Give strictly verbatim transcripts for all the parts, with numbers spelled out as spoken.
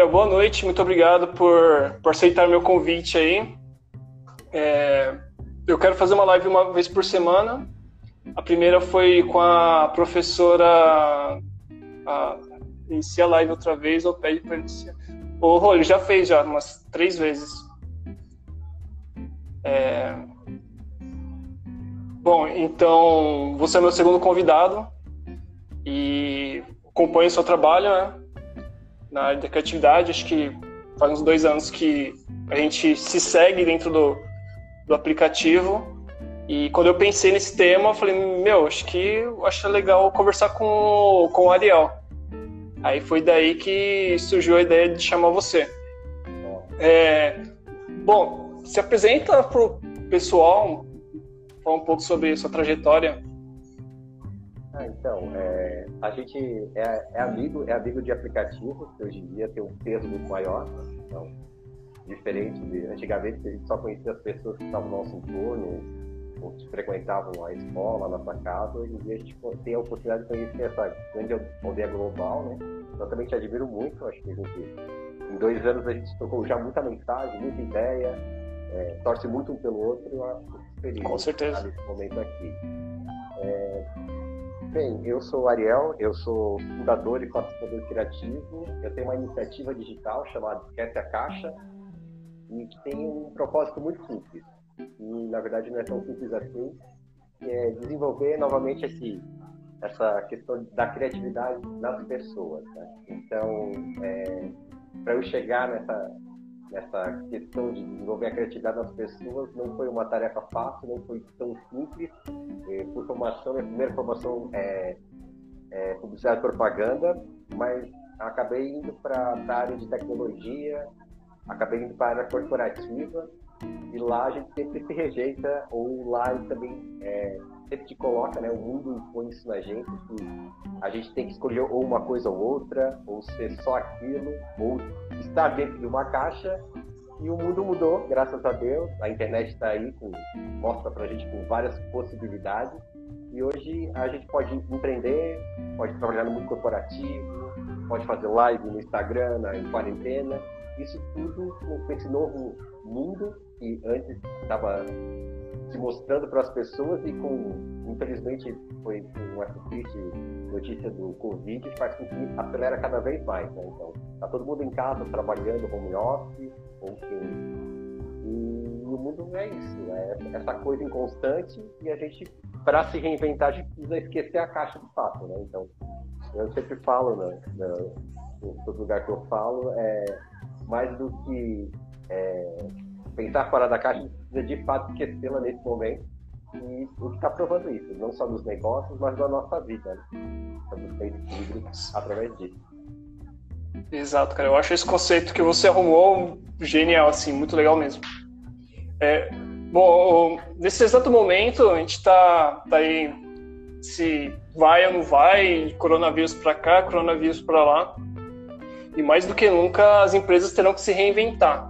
Ariel, boa noite, muito obrigado por, por aceitar meu convite aí. É, eu quero fazer uma live uma vez por semana. A primeira foi com a professora. A, inicia a live outra vez ou pede para iniciar. O Rô, ele já fez já umas três vezes. É, bom, então você é meu segundo convidado e acompanho o seu trabalho, né? Na área da criatividade. Acho que faz uns dois anos que a gente se segue dentro do, do aplicativo. E quando eu pensei nesse tema, eu falei, meu, acho que eu acho legal conversar com, com o Ariel. Aí foi daí que surgiu a ideia de chamar você. É, bom, se apresenta pro pessoal, fala um pouco sobre a sua trajetória. Ah, então, é, a gente é, é amigo, é amigo de aplicativos, que hoje em dia tem um peso muito maior. Então, diferente de antigamente, a gente só conhecia as pessoas que estavam no nosso entorno, ou que frequentavam a escola, a nossa casa. Hoje em dia a gente tem a oportunidade de conhecer essa grande aldeia global, né? Eu também te admiro muito, acho que a gente, em dois anos a gente trocou já muita mensagem, muita ideia, é, torce muito um pelo outro, eu acho feliz. Com certeza. Nesse momento aqui. É, Bem, eu sou o Ariel, eu sou fundador e participador criativo. Eu tenho uma iniciativa digital chamada Esquece a Caixa e que tem um propósito muito simples. E, na verdade, não é tão simples assim. É desenvolver novamente esse, essa questão da criatividade nas pessoas. Né? Então, é, para eu chegar nessa, nessa questão de desenvolver a criatividade nas pessoas, não foi uma tarefa fácil, não foi tão simples. Por formação, minha primeira formação é, é publicidade e propaganda, mas acabei indo para a área de tecnologia, acabei indo para a área corporativa, e lá a gente sempre se rejeita, ou lá também é, sempre te coloca, né, o mundo impõe isso na gente, que a gente tem que escolher ou uma coisa ou outra, ou ser só aquilo, ou estar dentro de uma caixa. E o mundo mudou, graças a Deus. A internet está aí, com, mostra pra gente com várias possibilidades. E hoje a gente pode empreender, pode trabalhar no mundo corporativo, pode fazer live no Instagram, na, em quarentena. Isso tudo com esse novo mundo que antes estava se mostrando para as pessoas e com, infelizmente, foi com essa triste notícia do Covid, faz com que acelera cada vez mais. Né? Então, está todo mundo em casa, trabalhando, home office, enfim. E o mundo é isso, né? Essa coisa inconstante, e a gente, para se reinventar, a gente precisa esquecer a caixa de fato, né? Então, eu sempre falo, né, no todo lugar que eu falo, é mais do que é, pensar fora da caixa, a gente precisa de fato esquecê-la nesse momento. E o que está provando isso, não só nos negócios, mas na nossa vida, né? Estamos sendo livres através disso. Exato, cara. Eu acho esse conceito que você arrumou genial, assim, muito legal mesmo. É, bom, nesse exato momento, a gente tá, tá aí, se vai ou não vai, coronavírus para cá, coronavírus para lá. E mais do que nunca, as empresas terão que se reinventar.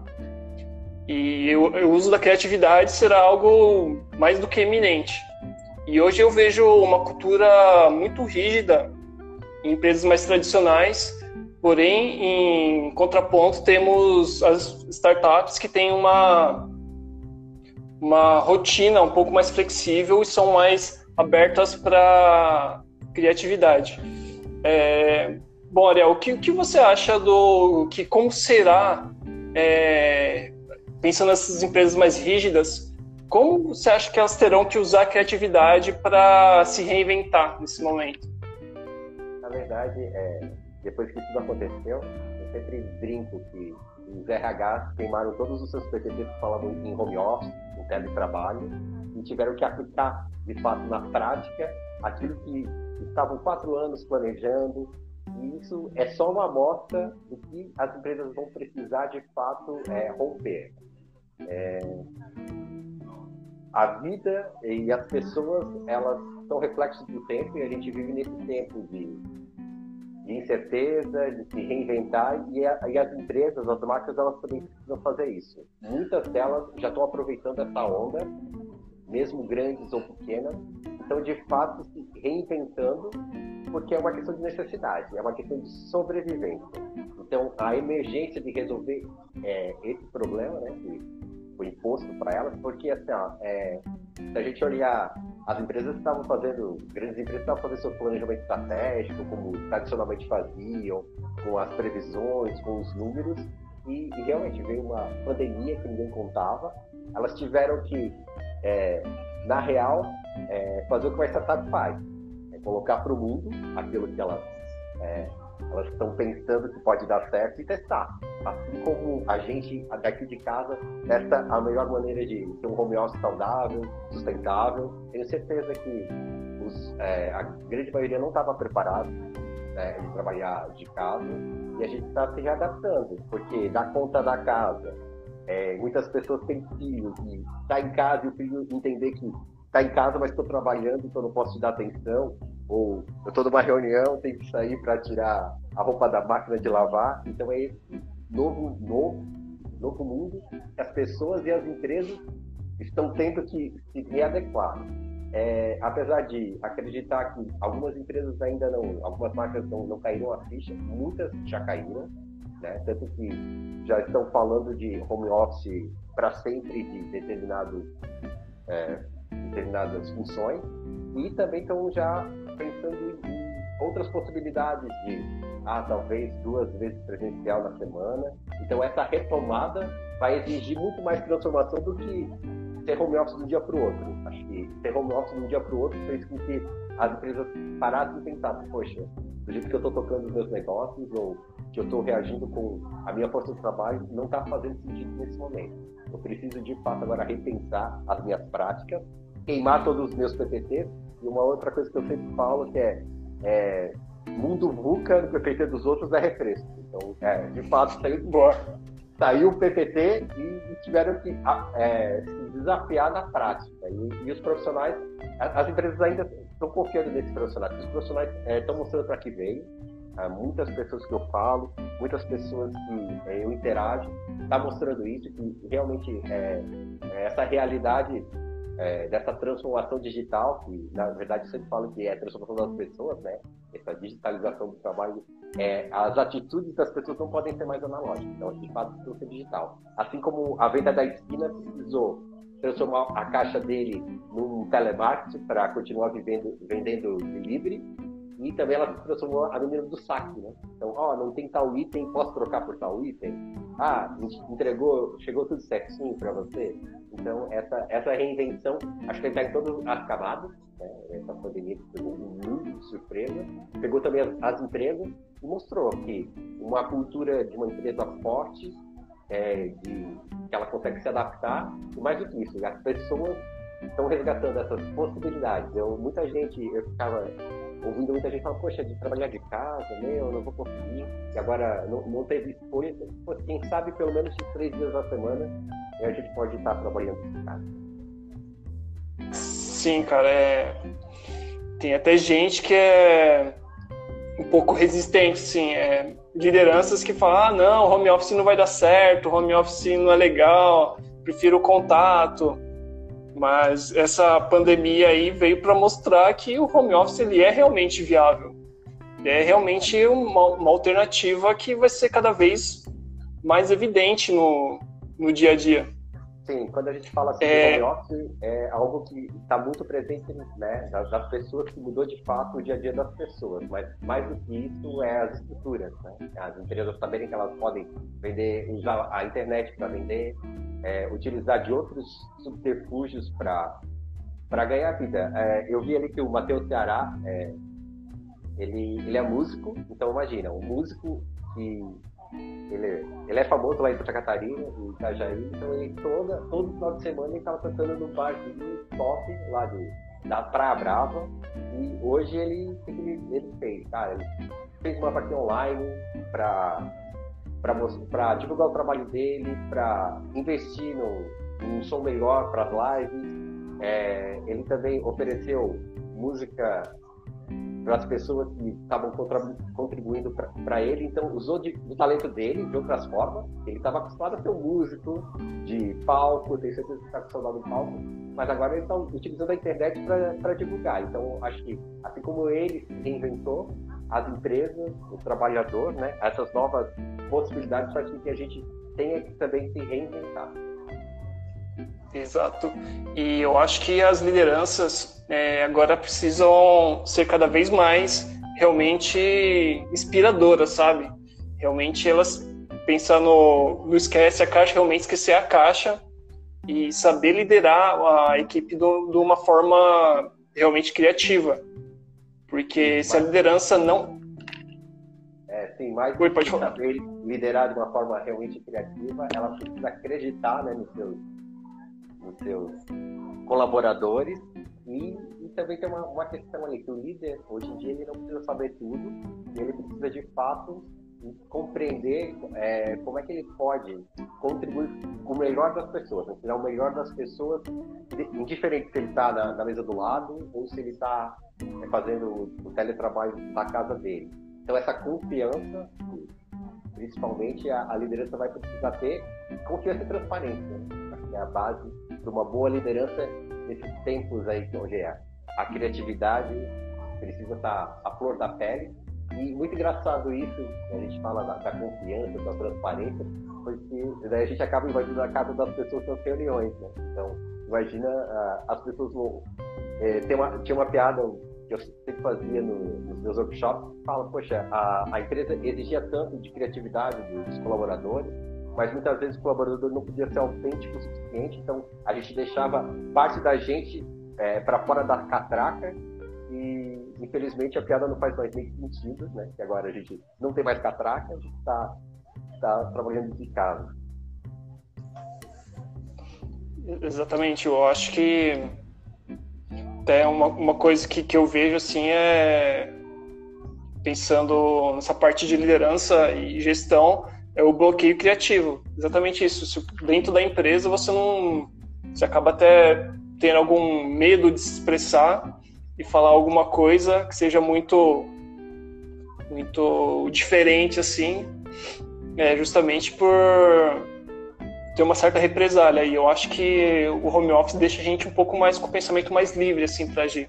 E o, o uso da criatividade será algo mais do que eminente. E hoje eu vejo uma cultura muito rígida em empresas mais tradicionais. Porém, em contraponto, temos as startups que têm uma, uma rotina um pouco mais flexível e são mais abertas para criatividade. É, bom, Ariel, o que, o que você acha do que como será, é, pensando nessas empresas mais rígidas, como você acha que elas terão que usar a criatividade para se reinventar nesse momento? Na verdade, é... depois que tudo aconteceu, eu sempre brinco que os R Hs queimaram todos os seus P P Ts que falavam em home office, em teletrabalho, e tiveram que aplicar, de fato, na prática, aquilo que estavam quatro anos planejando. E isso é só uma amostra do que as empresas vão precisar, de fato, é, romper. É... A vida e as pessoas, elas são reflexos do tempo, e a gente vive nesse tempo de de incerteza, de se reinventar, e, a, e as empresas, as marcas, elas também precisam fazer isso. Muitas delas já estão aproveitando essa onda, mesmo grandes ou pequenas, estão de fato se reinventando, porque é uma questão de necessidade, é uma questão de sobrevivência. Então, a emergência de resolver é, esse problema, né, que foi imposto para elas, porque assim, ó, é, se a gente olhar, as empresas estavam fazendo, grandes empresas estavam fazendo seu planejamento estratégico, como tradicionalmente faziam, com as previsões, com os números, e, e realmente veio uma pandemia que ninguém contava. Elas tiveram que, é, na real, é, fazer o que uma startup faz, é colocar para o mundo aquilo que elas é, elas estão pensando que pode dar certo e testar. Assim como a gente, daqui de casa, testa a melhor maneira de ter um home office saudável, sustentável. Tenho certeza que os, é, a grande maioria não estava preparado, né, de trabalhar de casa, e a gente está se readaptando, porque dar conta da casa, é, muitas pessoas têm filhos e está em casa e o filho entender que está em casa, mas estou trabalhando, então não posso te dar atenção, ou eu estou numa reunião, tenho que sair para tirar a roupa da máquina de lavar. Então é esse novo, novo, novo mundo que as pessoas e as empresas estão tendo que se readequar. É, apesar de acreditar que algumas empresas ainda não, algumas marcas não, não caíram a ficha, muitas já caíram, né? Tanto que já estão falando de home office para sempre de determinado, é, determinadas funções, e também estão já pensando em outras possibilidades de, ah, talvez duas vezes presencial na semana. Então essa retomada vai exigir muito mais transformação do que ter home office de um dia para o outro. Acho que ter home office de um dia para o outro fez com que as empresas parassem e pensassem, poxa, do jeito que eu estou tocando os meus negócios, ou que eu estou reagindo com a minha força de trabalho, não está fazendo sentido nesse momento. Eu preciso, de fato, agora repensar as minhas práticas, queimar todos os meus P P Ts. E uma outra coisa que eu sempre falo que é, é mundo VUCA no P P T dos outros é refresco. Então, é, de fato, saiu, saiu o P P T e tiveram que é, se desafiar na prática. E, e os profissionais, as empresas ainda estão confiando nesses profissionais. Os profissionais é, estão mostrando para que veio. Há muitas pessoas que eu falo, muitas pessoas que é, eu interajo, estão mostrando isso, que realmente é, é essa realidade É, dessa transformação digital, que na verdade eu sempre falo que é a transformação das pessoas, né? Essa digitalização do trabalho, é, as atitudes das pessoas não podem ser mais analógicas, então de fato precisa ser digital. Assim como a venda da esquina precisou transformar a caixa dele num telemarketing para continuar vivendo, vendendo delivery, e também ela transformou a menina do saque, né? Então, ó, oh, não tem tal item, posso trocar por tal item? Ah, entregou, chegou tudo certinho para você? Então, essa, essa reinvenção, acho que está em todas as camadas, né? Essa pandemia pegou um mundo de surpresa, pegou também as, as empresas e mostrou que uma cultura de uma empresa forte, é, de, que ela consegue se adaptar, e mais do que isso, as pessoas estão resgatando essas possibilidades. Eu, muita gente, eu ficava ouvindo muita gente falar, poxa, de trabalhar de casa, meu, não vou conseguir, e agora não, não teve escolha. Pô, quem sabe pelo menos de três dias na semana a gente pode estar trabalhando de casa. Sim, cara, é... tem até gente que é um pouco resistente, sim, é... lideranças que falam, ah, não, home office não vai dar certo, home office não é legal, prefiro o contato. Mas essa pandemia aí veio para mostrar que o home office ele é realmente viável. É realmente uma, uma alternativa que vai ser cada vez mais evidente no, no dia a dia. Sim, quando a gente fala assim é... de home office, é algo que está muito presente, né, das, das pessoas, que mudou de fato o dia a dia das pessoas. Mas mais do que isso é as estruturas, né? As empresas saberem que elas podem vender, usar a internet para vender, É, utilizar de outros subterfúgios para ganhar vida. É, eu vi ali que o Matheus Ceará, é, ele, ele é músico, então imagina, um músico que ele, ele é famoso lá em Santa Catarina, em Itajaí, então ele toda, todo final de semana ele estava cantando no barzinho top lá de, da Praia Brava, e hoje ele, ele, ele fez, cara, ele fez uma partida online para para divulgar o trabalho dele, para investir no, num som melhor para as lives. É, ele também ofereceu música para as pessoas que estavam contribuindo para ele, então usou de, do talento dele de outras formas. Ele estava acostumado a ser um músico de palco, tenho certeza que está com saudade do palco, mas agora ele está utilizando a internet para divulgar. Então, acho que, assim como ele se reinventou, as empresas, o trabalhador, né, essas novas possibilidades fazem com que a gente tenha que também se reinventar. Exato. E eu acho que as lideranças é, agora precisam ser cada vez mais realmente inspiradoras, sabe? Realmente elas pensar no, no esquece a caixa, realmente esquecer a caixa e saber liderar a equipe do, de uma forma realmente criativa. Porque se a liderança não... É, tem mais Oi, que pode falar. saber liderar de uma forma realmente criativa, ela precisa acreditar, né, nos seus nos seus colaboradores e, e também tem uma, uma questão ali, que o líder, hoje em dia, ele não precisa saber tudo, e ele precisa, de fato, compreender é, como é que ele pode contribuir com o melhor das pessoas, né? Tirar o melhor das pessoas, indiferente se ele está na, na mesa do lado ou se ele está é, fazendo o, o teletrabalho da casa dele. Então, essa confiança, principalmente, a, a liderança vai precisar ter confiança e transparência, né? Acho que é a base de uma boa liderança nesses tempos aí, onde é a criatividade precisa estar à flor da pele. E muito engraçado isso, a gente fala da, da confiança, da transparência, porque daí a gente acaba invadindo a casa das pessoas nas reuniões, né? Então, imagina uh, as pessoas vão... É, tem uma, tinha uma piada que eu sempre fazia no, nos meus workshops, fala, poxa, a, a empresa exigia tanto de criatividade dos colaboradores, mas muitas vezes o colaborador não podia ser autêntico o suficiente, então a gente deixava parte da gente é, para fora da catraca e, infelizmente, a piada não faz mais nem sentido, né? Que agora a gente não tem mais catraca, a gente está tá trabalhando de casa. Exatamente, eu acho que até uma, uma coisa que, que eu vejo assim é, pensando nessa parte de liderança e gestão, é o bloqueio criativo. Exatamente isso. Se dentro da empresa você não... Você acaba até tendo algum medo de se expressar e falar alguma coisa que seja muito, muito diferente, assim, é, justamente por ter uma certa represália. E eu acho que o home office deixa a gente um pouco mais com o pensamento mais livre, assim, para agir.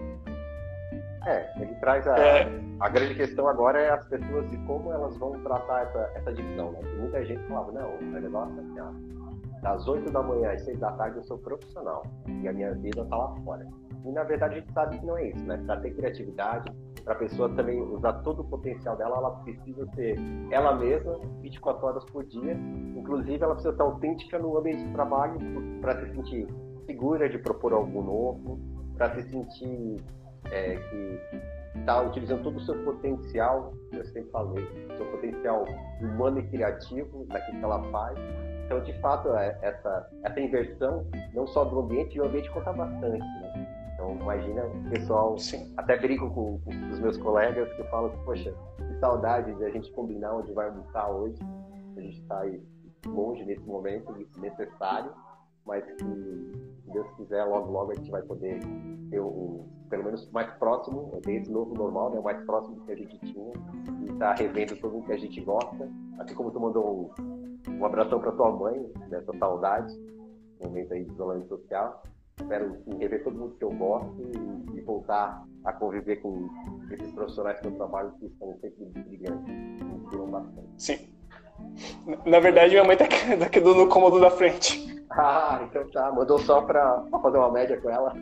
É, ele traz a... É. A grande questão agora é as pessoas e como elas vão tratar essa, essa divisão, né? Porque muita gente falava, não, o negócio é assim, ó, das oito da manhã às seis da tarde eu sou profissional e a minha vida está lá fora. E na verdade a gente sabe que não é isso, né? Para ter criatividade, para a pessoa também usar todo o potencial dela, ela precisa ser ela mesma vinte e quatro horas por dia. Inclusive ela precisa estar autêntica no ambiente de trabalho para se sentir segura de propor algo novo, para se sentir é, que está utilizando todo o seu potencial, eu sempre falei, seu potencial humano e criativo naquilo que ela faz. Então, de fato, essa, essa inversão, não só do ambiente, e o ambiente conta bastante, né? Então, imagina o pessoal, Sim. até brinco com, com os meus colegas, que eu falo que, poxa, que saudade de a gente combinar onde vai almoçar hoje, a gente está aí longe nesse momento necessário, mas que, se Deus quiser, logo, logo a gente vai poder ter o, pelo menos mais próximo desse novo normal, né? O mais próximo do que a gente tinha, e tá revendo tudo o que a gente gosta, assim como tu mandou um, um abração para tua mãe, dessa saudade, momento aí de isolamento social. Espero rever todo mundo que eu gosto e, e voltar a conviver com esses profissionais que eu trabalho, que estão sempre brilhantes, me inspiram bastante. Sim. Na verdade, minha mãe tá aqui, tá aqui no cômodo da frente. Ah, então tá. Mandou só pra, pra fazer uma média com ela.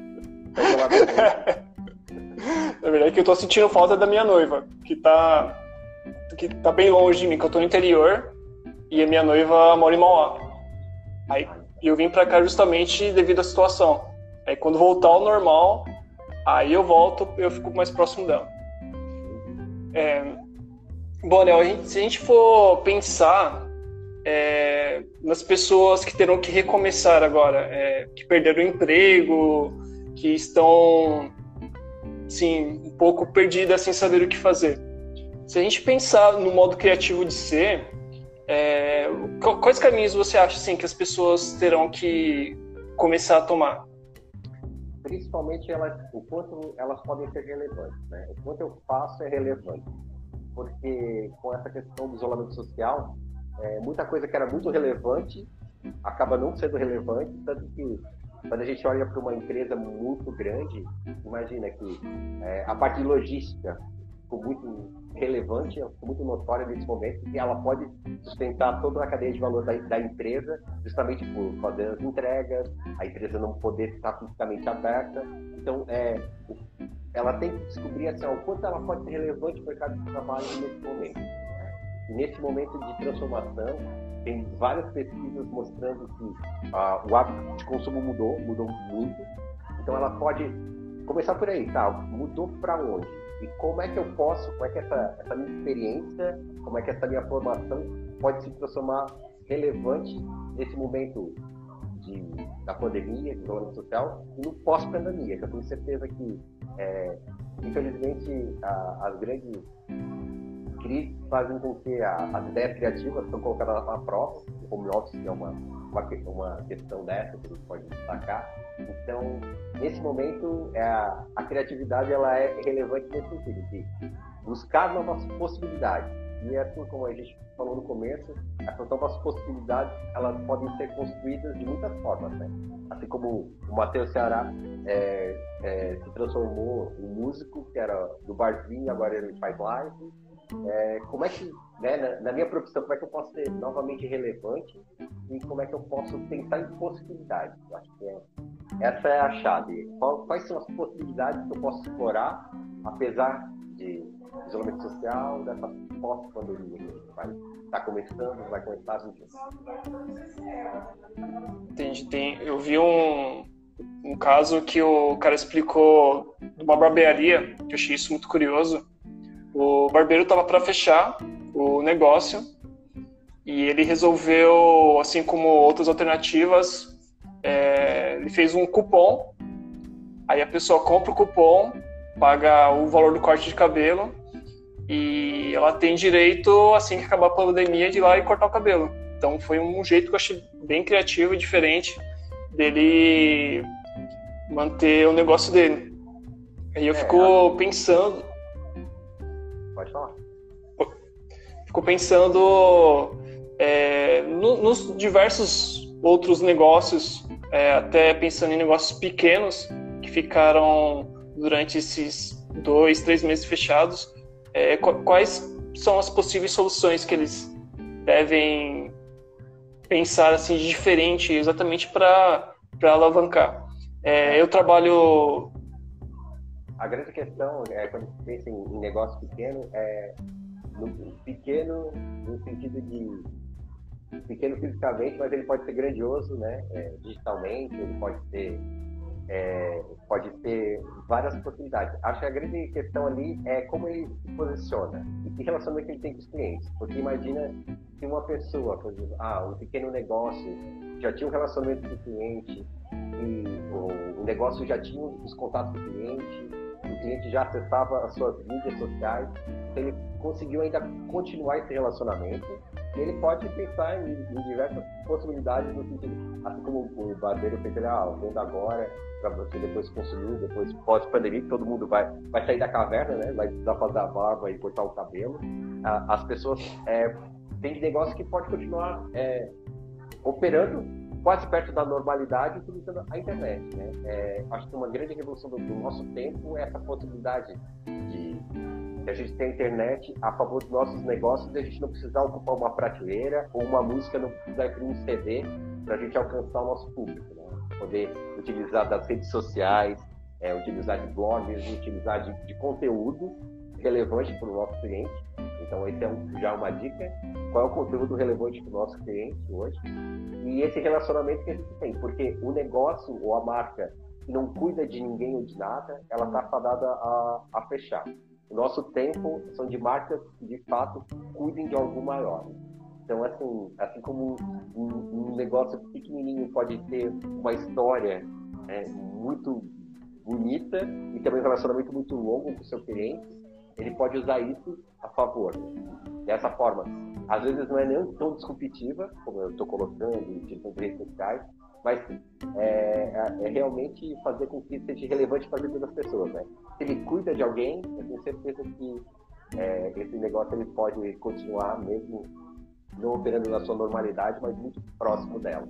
Na verdade, que eu tô sentindo falta da minha noiva, que tá, que tá bem longe de mim, que eu tô no interior e a minha noiva mora em Mauá. Aí eu vim pra cá justamente devido à situação. Aí quando voltar ao normal, aí eu volto, eu fico mais próximo dela. É... Bom, Léo, a gente, se a gente for pensar é, nas pessoas que terão que recomeçar agora, é, que perderam o emprego, que estão, assim, um pouco perdidas sem saber o que fazer. Se a gente pensar no modo criativo de ser, é, quais caminhos você acha assim, que as pessoas terão que começar a tomar? principalmente elas, o quanto elas podem ser relevantes, né? O quanto eu faço é relevante. Porque com essa questão do isolamento social, é, muita coisa que era muito relevante acaba não sendo relevante, tanto que quando a gente olha para uma empresa muito grande, imagina que é, a parte de logística ficou muito relevante, ficou muito notória nesse momento, que ela pode sustentar toda a cadeia de valor da, da empresa, justamente por fazer as entregas, a empresa não poder estar fisicamente aberta. Então, é, ela tem que descobrir assim, ó, o quanto ela pode ser relevante no mercado de trabalho nesse momento. E nesse momento de transformação, tem várias pesquisas mostrando que ah, o hábito de consumo mudou, mudou muito. Então ela pode começar por aí, tá? Mudou para onde? E como é que eu posso, como é que essa, essa minha experiência, como é que essa minha formação pode se transformar relevante nesse momento de, da pandemia, de isolamento social, e no pós-pandemia, que eu tenho certeza que, é, infelizmente, a, as grandes crises fazem com que a, as ideias criativas são colocadas à prova. O home office é uma, uma, uma questão dessa que a gente pode destacar. Então, nesse momento, é a, a criatividade ela é relevante nesse sentido, de buscar novas possibilidades. E assim como a gente falou no começo, essas novas possibilidades elas podem ser construídas de muitas formas, né? Assim como o Matheus Ceará é, é, se transformou em músico, que era do barzinho, agora ele faz live. É, como é que, né, na, na minha profissão, como é que eu posso ser novamente relevante e como é que eu posso pensar em possibilidades? Eu acho que é, essa é a chave. Qual, quais são as possibilidades que eu posso explorar, apesar de isolamento social, dessa pós-pandemia que a gente vai estar começando, vai começar a viver? Entendi. Tem, eu vi um, um caso que o cara explicou de uma barbearia, que eu achei isso muito curioso. O barbeiro estava para fechar o negócio e ele resolveu, assim como outras alternativas, é, ele fez um cupom. Aí a pessoa compra o cupom, paga o valor do corte de cabelo e ela tem direito, assim que acabar a pandemia, de ir lá e cortar o cabelo. Então foi um jeito que eu achei bem criativo e diferente dele manter o negócio dele. Aí eu é, fico a... pensando... Pode falar. Fico pensando é, no, nos diversos outros negócios, é, até pensando em negócios pequenos que ficaram durante esses dois, três meses fechados. É, quais são as possíveis soluções que eles devem pensar assim, de diferente, exatamente para alavancar? É, eu trabalho... A grande questão, é, quando você pensa em, em negócio pequeno, é no, pequeno no sentido de pequeno fisicamente, mas ele pode ser grandioso, né? É, digitalmente, ele pode ter, é, pode ter várias possibilidades. Acho que a grande questão ali é como ele se posiciona e que relacionamento ele tem com os clientes. Porque imagina se uma pessoa, por exemplo, ah, um pequeno negócio já tinha um relacionamento com o cliente e o, o negócio já tinha os contatos do cliente, o cliente já acessava as suas mídias sociais, então ele conseguiu ainda continuar esse relacionamento e ele pode pensar em, em diversas possibilidades no sentido, assim como o barbeiro fez, ele, ah, vendo agora para você depois consumir, depois pós-pandemia, todo mundo vai, vai sair da caverna, né? Vai precisar fazer a barba e cortar o cabelo. Ah, as pessoas é, têm negócio que pode continuar é, operando quase perto da normalidade utilizando a internet, né? É, acho que uma grande revolução do, do nosso tempo é essa possibilidade de, de a gente ter a internet a favor dos nossos negócios e a gente não precisar ocupar uma prateleira ou uma música, não precisar imprimir um C D para a gente alcançar o nosso público, né? Poder utilizar das redes sociais, é, utilizar de blogs, utilizar de, de conteúdo relevante para o nosso cliente. Então, esse é um, já uma dica. Qual é o conteúdo relevante para o nosso cliente hoje? E esse relacionamento que a gente tem, porque o negócio ou a marca que não cuida de ninguém ou de nada, ela está fadada a, a fechar. O nosso tempo são de marcas que, de fato, cuidem de algo maior. Então, assim, assim como um, um negócio pequenininho pode ter uma história é, muito bonita e também um relacionamento muito longo com o seu cliente, ele pode usar isso a favor. Dessa forma, às vezes não é nem tão disruptiva, como eu estou colocando, utilizando redes sociais, mas é, é realmente fazer com que seja relevante para a vida das pessoas, né? Se ele cuida de alguém, eu tenho certeza que é, esse negócio ele pode continuar mesmo não operando na sua normalidade, mas muito próximo dela.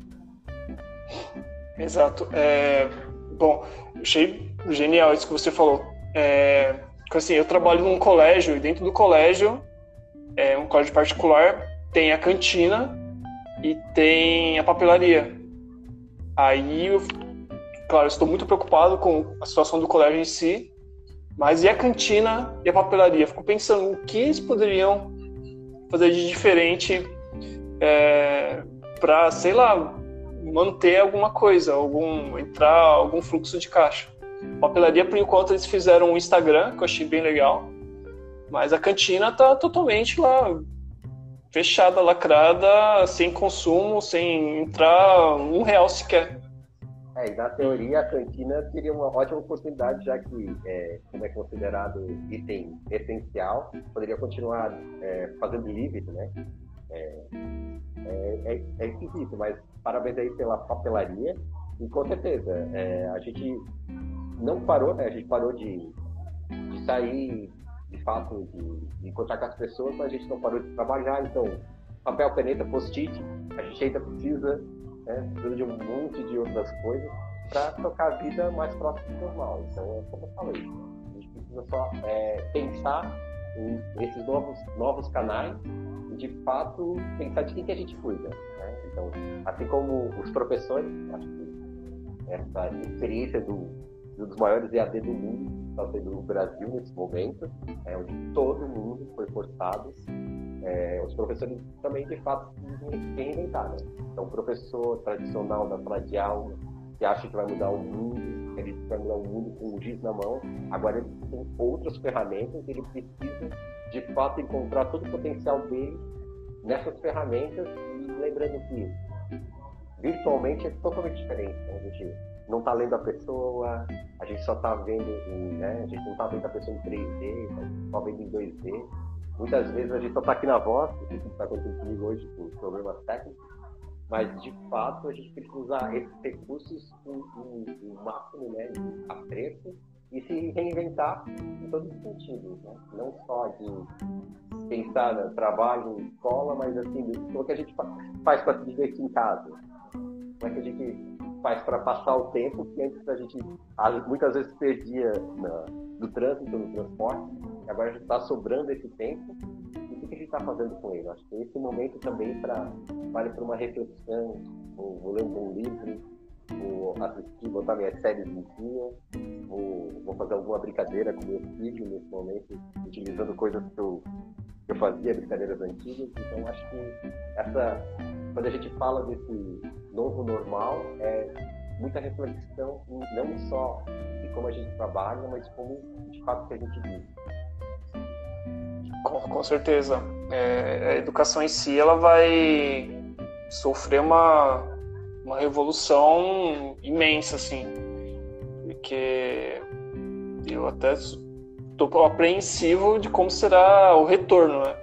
Exato. É, bom, achei genial isso que você falou. É, assim, eu trabalho num colégio e dentro do colégio, é um colégio particular, tem a cantina e tem a papelaria. Aí, eu, claro, eu estou muito preocupado com a situação do colégio em si, mas e a cantina e a papelaria? Fico pensando o que eles poderiam fazer de diferente é, para, sei lá, manter alguma coisa, algum, entrar algum fluxo de caixa. A papelaria, por enquanto, eles fizeram um Instagram, que eu achei bem legal, mas a cantina está totalmente lá, fechada, lacrada, sem consumo, sem entrar um real sequer. É, e na teoria a cantina seria uma ótima oportunidade, já que, é, como é considerado item essencial, poderia continuar é, fazendo delivery, né? É, é, é, é esquisito, mas parabéns aí pela papelaria. E com certeza, é, a gente não parou, né? A gente parou de, de sair, de fato, de, de encontrar com as pessoas, mas a gente não parou de trabalhar. Então, papel, caneta, post-it, a gente ainda precisa, né, precisa de um monte de outras coisas para tocar a vida mais próxima do normal. Então, é como eu falei, a gente precisa só é, pensar em esses novos, novos canais e, de fato, pensar de quem que a gente cuida. Né? Então, assim como os professores, acho que essa experiência do, dos maiores E A D do mundo está sendo o Brasil nesse momento, é, onde todo mundo foi forçado. É, os professores também, de fato, se reinventaram. Né? Então, o professor tradicional da sala de aula, que acha que vai mudar o mundo, ele vai mudar o mundo com o giz na mão, agora ele tem outras ferramentas, ele precisa, de fato, encontrar todo o potencial dele nessas ferramentas, e lembrando que virtualmente é totalmente diferente. Né? A gente não está lendo a pessoa, a gente só está vendo, em, né? a gente não está vendo a pessoa em três D, só vendo em dois D. Muitas vezes a gente só está aqui na voz, o que está acontecendo comigo hoje por problemas técnicos, mas de fato a gente precisa usar esses recursos com o máximo, né, de apreço e se reinventar em todos os sentidos, né? Não só de pensar no trabalho, em escola, mas assim, como é que a gente faz para se divertir em casa? Como é que a gente faz para passar o tempo que antes a gente muitas vezes perdia na, no trânsito, no transporte, e agora a gente está sobrando esse tempo, e o que a gente está fazendo com ele? Acho que esse momento também pra, vale para uma reflexão, vou, vou ler um bom livro, vou assistir, botar minhas séries em dia, vou, vou fazer alguma brincadeira com meu filho nesse momento, utilizando coisas que eu, que eu fazia, brincadeiras antigas. Então acho que essa, quando a gente fala desse novo normal, é muita reflexão, não só de como a gente trabalha, mas como de fato que a gente vive. Com, com certeza. É, a educação em si ela vai sofrer uma, uma revolução imensa, assim, porque eu até estou apreensivo de como será o retorno, né?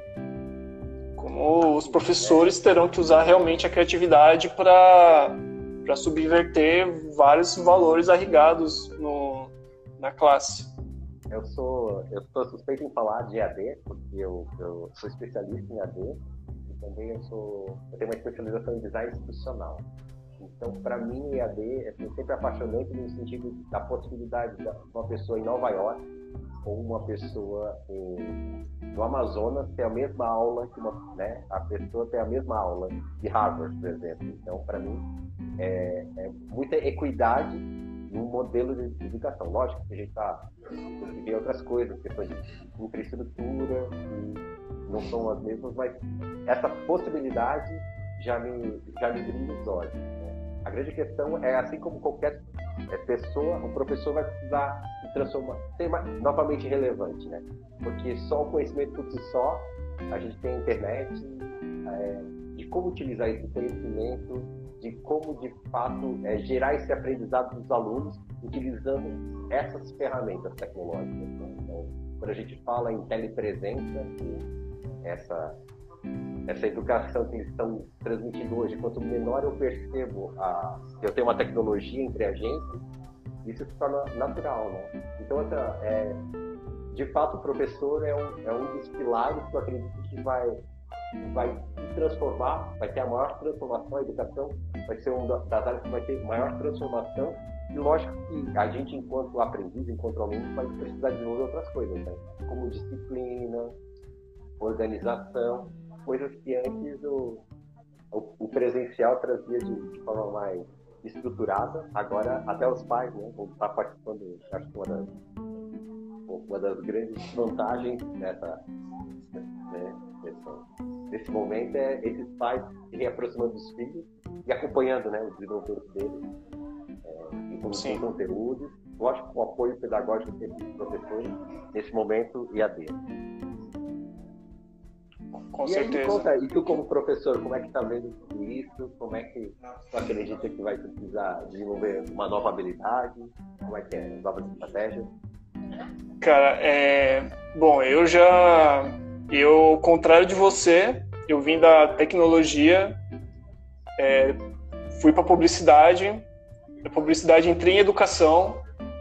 Como os professores terão que usar realmente a criatividade para para subverter vários valores arraigados no, na classe. Eu sou, eu sou suspeito em falar de E A D, porque eu, eu sou especialista em E A D e também eu, sou, eu tenho uma especialização em design institucional. Então, para mim, E A D é sempre apaixonante no sentido da possibilidade de uma pessoa em Nova York ou uma pessoa em, no Amazonas ter a mesma aula que uma, né, a pessoa ter a mesma aula de Harvard, por exemplo. Então, para mim, é, é muita equidade no modelo de educação. Lógico que a gente está tem que ver outras coisas, questões de infraestrutura, que não são as mesmas, mas essa possibilidade já me, já me brilha os olhos. Né? A grande questão é, assim como qualquer pessoa, o professor vai precisar se transformar, ser mais, novamente relevante, né? Porque só o conhecimento por si só, a gente tem a internet, é, de como utilizar esse conhecimento, de como, de fato, é, gerar esse aprendizado dos alunos utilizando essas ferramentas tecnológicas. Né? Então, quando a gente fala em telepresença, essa, essa educação que eles estão transmitindo hoje, quanto menor eu percebo, a, eu tenho uma tecnologia entre a gente, isso se torna natural, né? Então, essa, é, de fato, o professor é um, é um dos pilares que eu acredito que vai, vai se transformar, vai ter a maior transformação, a educação vai ser uma das áreas que vai ter maior transformação, e lógico que a gente, enquanto aprendiz, enquanto aluno, vai precisar desenvolver outras coisas, né? Como disciplina, organização, coisas que antes o, o, o presencial trazia de, de forma mais estruturada. Agora até os pais, né, vão estar participando. Acho que uma das, uma das grandes vantagens dessa, né, desse, desse momento é esses pais se reaproximando dos filhos e acompanhando, né, o desenvolvimento deles, é, e com os conteúdos, lógico, com o apoio pedagógico dos professores nesse momento I A D. Com e certeza. Aí, conta, e tu como professor, como é que está vendo tudo isso? Como é que tu acredita que vai precisar desenvolver uma nova habilidade? Como é que é? Novas estratégias? Cara, é... Bom, eu já... Eu, ao contrário de você, eu vim da tecnologia, é... fui para publicidade, da publicidade entrei em educação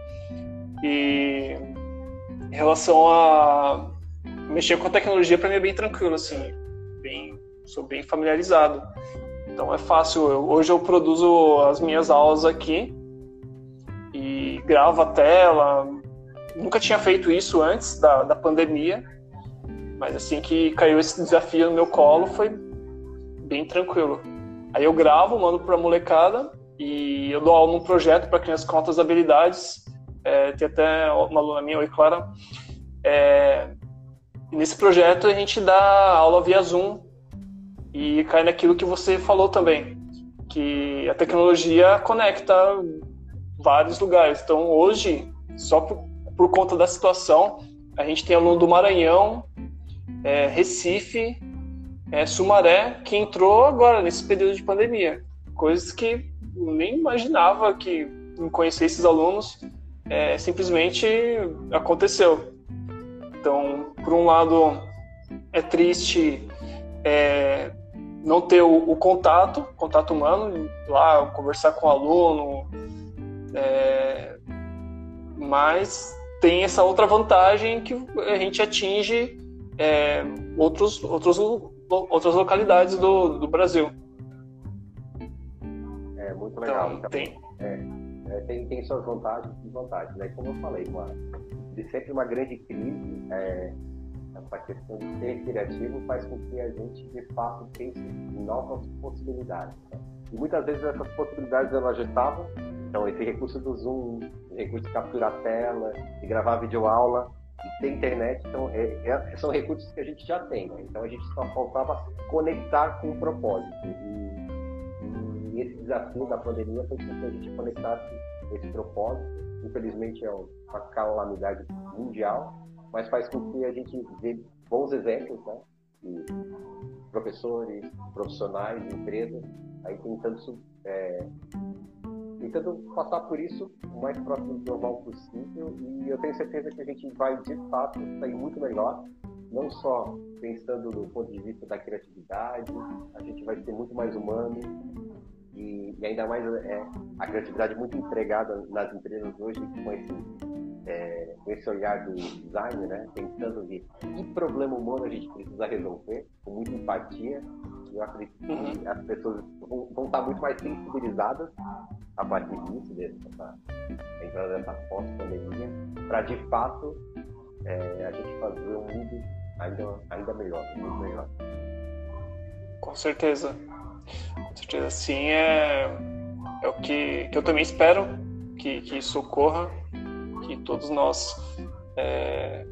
e em relação a mexer com a tecnologia, para mim é bem tranquilo, assim, bem, sou bem familiarizado. Então é fácil. Eu, hoje eu produzo as minhas aulas aqui e gravo a tela. Nunca tinha feito isso antes da, da pandemia, mas assim que caiu esse desafio no meu colo foi bem tranquilo. Aí eu gravo, mando para a molecada e eu dou aula num projeto para crianças com altas habilidades. É, tem até uma aluna minha, oi Clara. É, Nesse projeto a gente dá aula via Zoom e cai naquilo que você falou também, que a tecnologia conecta vários lugares. Então hoje, só por, por conta da situação, a gente tem aluno do Maranhão, é, Recife, é, Sumaré, que entrou agora nesse período de pandemia. Coisas que eu nem imaginava que em conhecer esses alunos, é, simplesmente aconteceu. Então, por um lado, é triste é, não ter o, o contato, contato humano, lá, conversar com o aluno, é, mas tem essa outra vantagem que a gente atinge é, outros, outros, outras localidades do, do Brasil. É muito legal. Então, então, tem... É, é, tem, tem suas vantagens e desvantagens. Né? Como eu falei, uma, de sempre uma grande crise, é, essa questão de ser criativo faz com que a gente, de fato, pense em novas possibilidades. Né? E muitas vezes essas possibilidades elas já estavam. Então, esse recurso do Zoom, esse recurso de capturar a tela, de gravar videoaula, de ter internet, então, é, é, são recursos que a gente já tem. Né? Então, a gente só faltava conectar com o propósito. E, e esse desafio da pandemia foi que a gente conectasse esse propósito. Infelizmente, é uma calamidade mundial, mas faz com que a gente vê bons exemplos, né? De professores, profissionais, empresas, aí tentando, é, tentando passar por isso o mais próximo do normal possível, e eu tenho certeza que a gente vai, de fato, sair muito melhor, não só pensando no ponto de vista da criatividade, a gente vai ser muito mais humano, e, e ainda mais é, a criatividade muito empregada nas empresas hoje, com esse, é, com esse olhar do design, né? Pensando de que problema humano a gente precisa resolver, com muita empatia. E eu acredito que as pessoas vão, vão estar muito mais sensibilizadas a partir disso, dessa entrada dessa pós-pandemia, para de fato é, a gente fazer um mundo ainda, ainda melhor, muito melhor. Com certeza. Com certeza, sim, é, é o que, que eu também espero que, que isso ocorra, que todos nós é,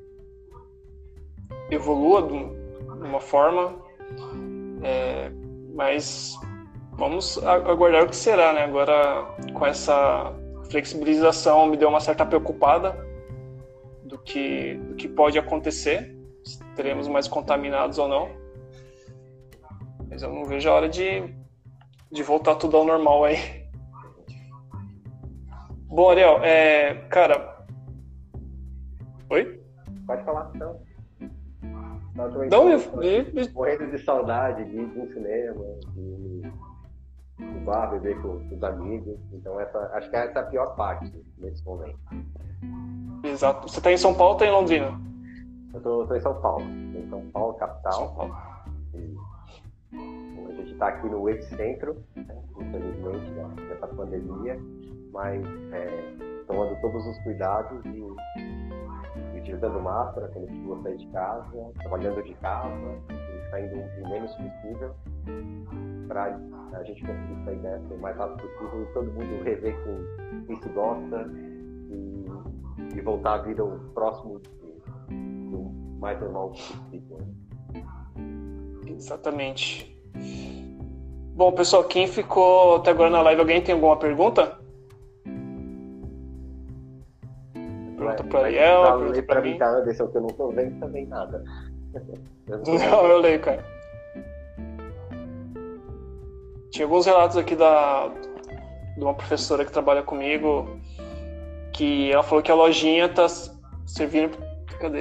evolua de uma forma, é, mas vamos aguardar o que será, né? Agora, com essa flexibilização, me deu uma certa preocupada do que, do que pode acontecer, se teremos mais contaminados ou não. Mas eu não vejo a hora de, de voltar tudo ao normal aí. Bom, Ariel, é, cara... Oi? Pode falar, então. Nós também Não, estamos me, me... morrendo de saudade de ir um cinema, de ir bar, beber com, com os amigos. Então, essa, acho que essa é a pior parte nesse momento. Exato. Você está em São Paulo ou está em Londrina? Eu estou em São Paulo. Estou em São Paulo, capital. São Paulo. E a gente está aqui no epicentro, né, infelizmente, né, dessa pandemia, mas é, tomando todos os cuidados e, e utilizando máscara quando precisa sair de casa, trabalhando de casa, e saindo o menos possível para a gente conseguir sair dessa o mais rápido possível e todo mundo rever com quem se gosta e, e voltar à vida o próximo do, do mais normal possível. Exatamente. Bom, pessoal, quem ficou até agora na live, alguém tem alguma pergunta? Pergunta para Ariel, pergunta para mim. Para Anderson, que eu não estou vendo também nada. Eu não, não eu leio, cara. Tinha alguns relatos aqui da, de uma professora que trabalha comigo, que ela falou que a lojinha está servindo... Cadê?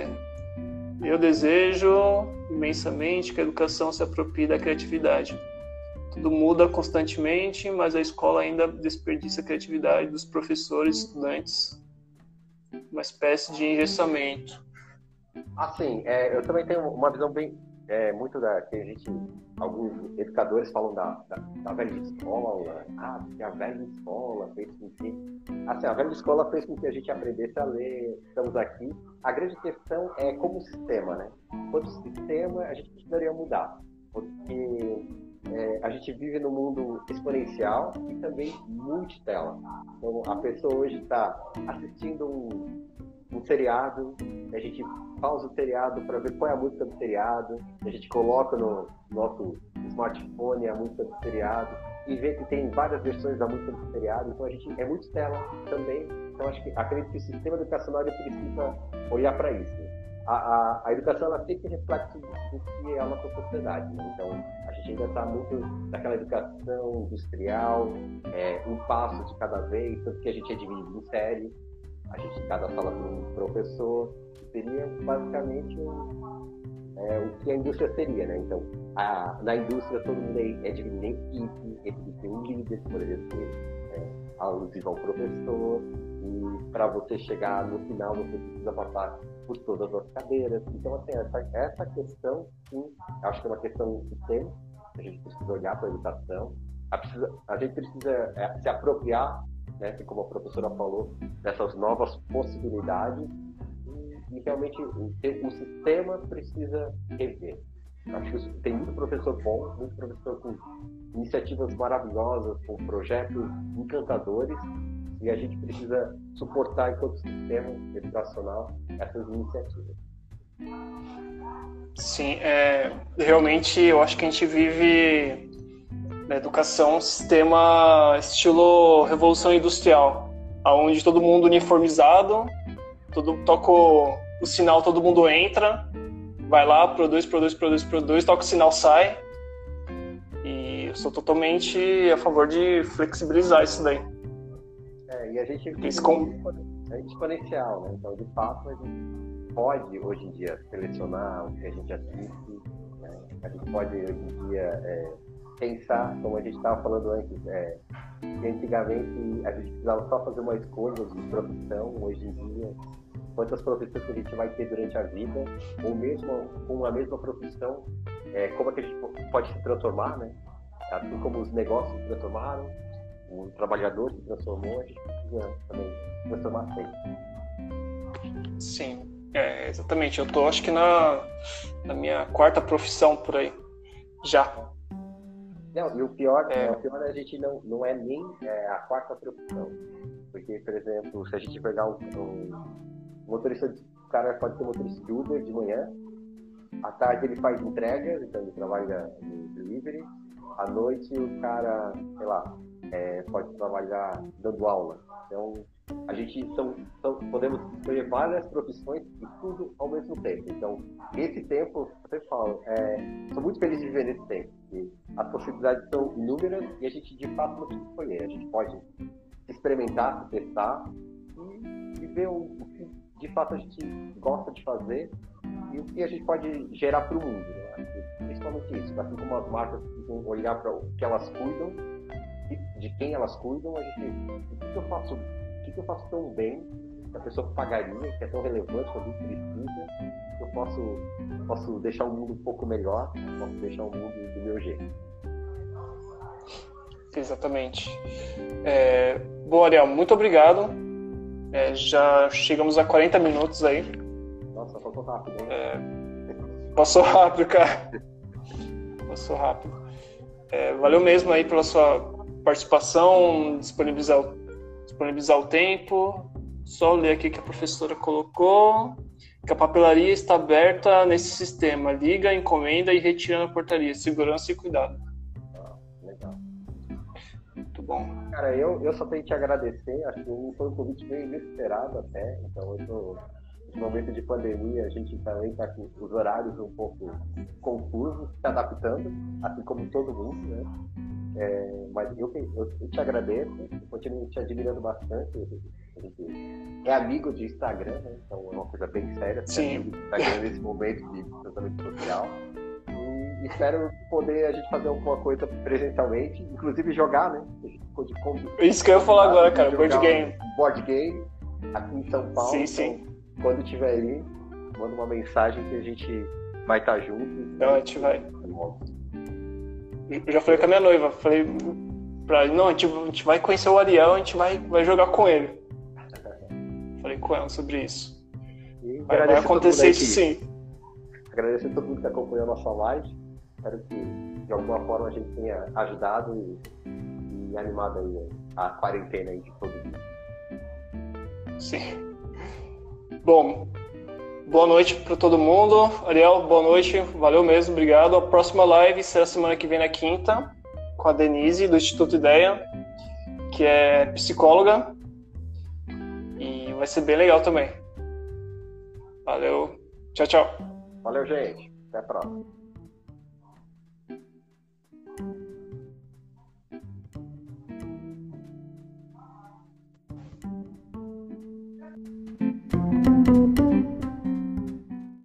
Eu desejo imensamente que a educação se aproprie da criatividade. Tudo muda constantemente, mas a escola ainda desperdiça a criatividade dos professores e estudantes. Uma espécie de engessamento. Assim, é, eu também tenho uma visão bem... É, muito da... que a gente... Alguns educadores falam da, da, da velha escola. Ah, porque a velha escola fez com que... Assim, a velha escola fez com que a gente aprendesse a ler. Estamos aqui. A grande questão é como sistema, né? Quanto sistema a gente precisaria mudar. Porque é, a gente vive num mundo exponencial e também multitela. Então, a pessoa hoje está assistindo um, um seriado, a gente pausa o seriado para ver qual é a música do seriado, a gente coloca no nosso smartphone a música do seriado e vê que tem várias versões da música do seriado, então a gente é muito tela também. Então acho que acredito que o sistema educacional ele precisa olhar para isso. A, a, a educação ela tem que reflexo do, do que é a nossa sociedade, né? Então a gente ainda está muito naquela educação industrial, é, um passo de cada vez, tanto que a gente é dividido em série, a gente cada sala tem um professor, seria basicamente um, é, o que a indústria seria, né? Então, a, na indústria todo mundo é, é dividido em equipe, equipe tem um líder, por exemplo, é, alusivo ao professor, e para você chegar no final você precisa passar por todas as cadeiras. Então, assim, essa, essa questão, sim, acho que é uma questão sistêmica, a gente precisa olhar para a educação, a, precisa, a gente precisa é, se apropriar, né, como a professora falou, dessas novas possibilidades e, e realmente o, o sistema precisa rever. Acho que tem muito professor bom, muito professor com iniciativas maravilhosas, com projetos encantadores e a gente precisa suportar enquanto sistema educacional essas iniciativas. Sim, é, realmente eu acho que a gente vive na educação um sistema estilo revolução industrial, onde todo mundo uniformizado, todo, toca o, o sinal, todo mundo entra, vai lá, produz, produz, produz, produz, toca o sinal, sai. E eu sou totalmente a favor de flexibilizar isso daí. É, e a gente vive com... é exponencial, né? Então, de fato, a gente pode, hoje em dia, selecionar o que a gente assiste, né? A gente pode, hoje em dia, é, pensar, como a gente estava falando antes, é, que antigamente a gente precisava só fazer uma escolha de profissão, hoje em dia, quantas profissões que a gente vai ter durante a vida, ou mesmo com a mesma profissão, é, como é que a gente pode se transformar, né? Assim como os negócios se transformaram, o trabalhador se transformou, a gente precisa também transformar sempre. Sim, é, exatamente. Eu tô, acho que na, na minha quarta profissão por aí, já. Não, e o pior é, o pior é a gente não, não é nem é, a quarta profissão. Porque, por exemplo, se a gente pegar um, um motorista, o cara pode ser motorista de Uber de manhã, à tarde ele faz entregas, então ele trabalha no delivery, à noite o cara, sei lá, é, pode trabalhar dando aula. Então, a gente são, são, podemos escolher várias profissões e tudo ao mesmo tempo. Então, esse tempo, eu falo, é, sou muito feliz de viver nesse tempo. E as possibilidades são inúmeras e a gente, de fato, não precisa escolher. A gente pode experimentar, testar e, e ver o, o que, de fato, a gente gosta de fazer e o que a gente pode gerar para o mundo, né? Principalmente isso, assim como as marcas precisam olhar para o que elas cuidam, de quem elas cuidam, a gente, o que eu faço, o que eu faço tão bem que a pessoa pagaria, que é tão relevante, que alguém precisa, que eu posso, posso deixar o mundo um pouco melhor, posso deixar o mundo do meu jeito. Exatamente. É, bom, Ariel, muito obrigado. É, já chegamos a quarenta minutos aí. Nossa, passou rápido, hein? É, passou rápido, cara. Passou rápido. É, valeu mesmo aí pela sua participação, disponibilizar, disponibilizar o tempo. Só ler aqui que a professora colocou, que a papelaria está aberta nesse sistema. Liga, encomenda e retira na portaria. Segurança e cuidado. Ah, legal. Muito bom. Cara, eu, eu só tenho que te agradecer. Acho que foi um convite meio inesperado até. Então, eu tô, nesse momento de pandemia, a gente também está com os horários um pouco confusos, se adaptando, assim como todo mundo, né? É, mas eu, eu, eu te agradeço, eu continuo te admirando bastante. A gente é amigo de Instagram, né? Então é uma coisa bem séria. Sim. Amigo de Instagram nesse momento de distanciamento social. E espero poder a gente fazer alguma coisa presencialmente, inclusive jogar, né? A gente ficou de combi... Isso que eu ia falar agora, cara, board game. Um board game aqui em São Paulo. Sim, então, sim. Quando estiver aí, manda uma mensagem que a gente vai estar junto. Então a gente vai. Eu já falei com a minha noiva, falei pra ele, não, a gente, a gente vai conhecer o Ariel, a gente vai, vai jogar com ele. Falei com ela sobre isso. E vai, vai acontecer isso sim. Agradecer a todo mundo que acompanhou a nossa live. Espero que de alguma forma a gente tenha ajudado e, e animado aí a quarentena aí de todo mundo. Sim. Bom, boa noite para todo mundo. Ariel, boa noite. Valeu mesmo, obrigado. A próxima live será semana que vem na quinta, com a Denise, do Instituto Ideia, que é psicóloga. E vai ser bem legal também. Valeu. Tchau, tchau. Valeu, gente. Até a próxima.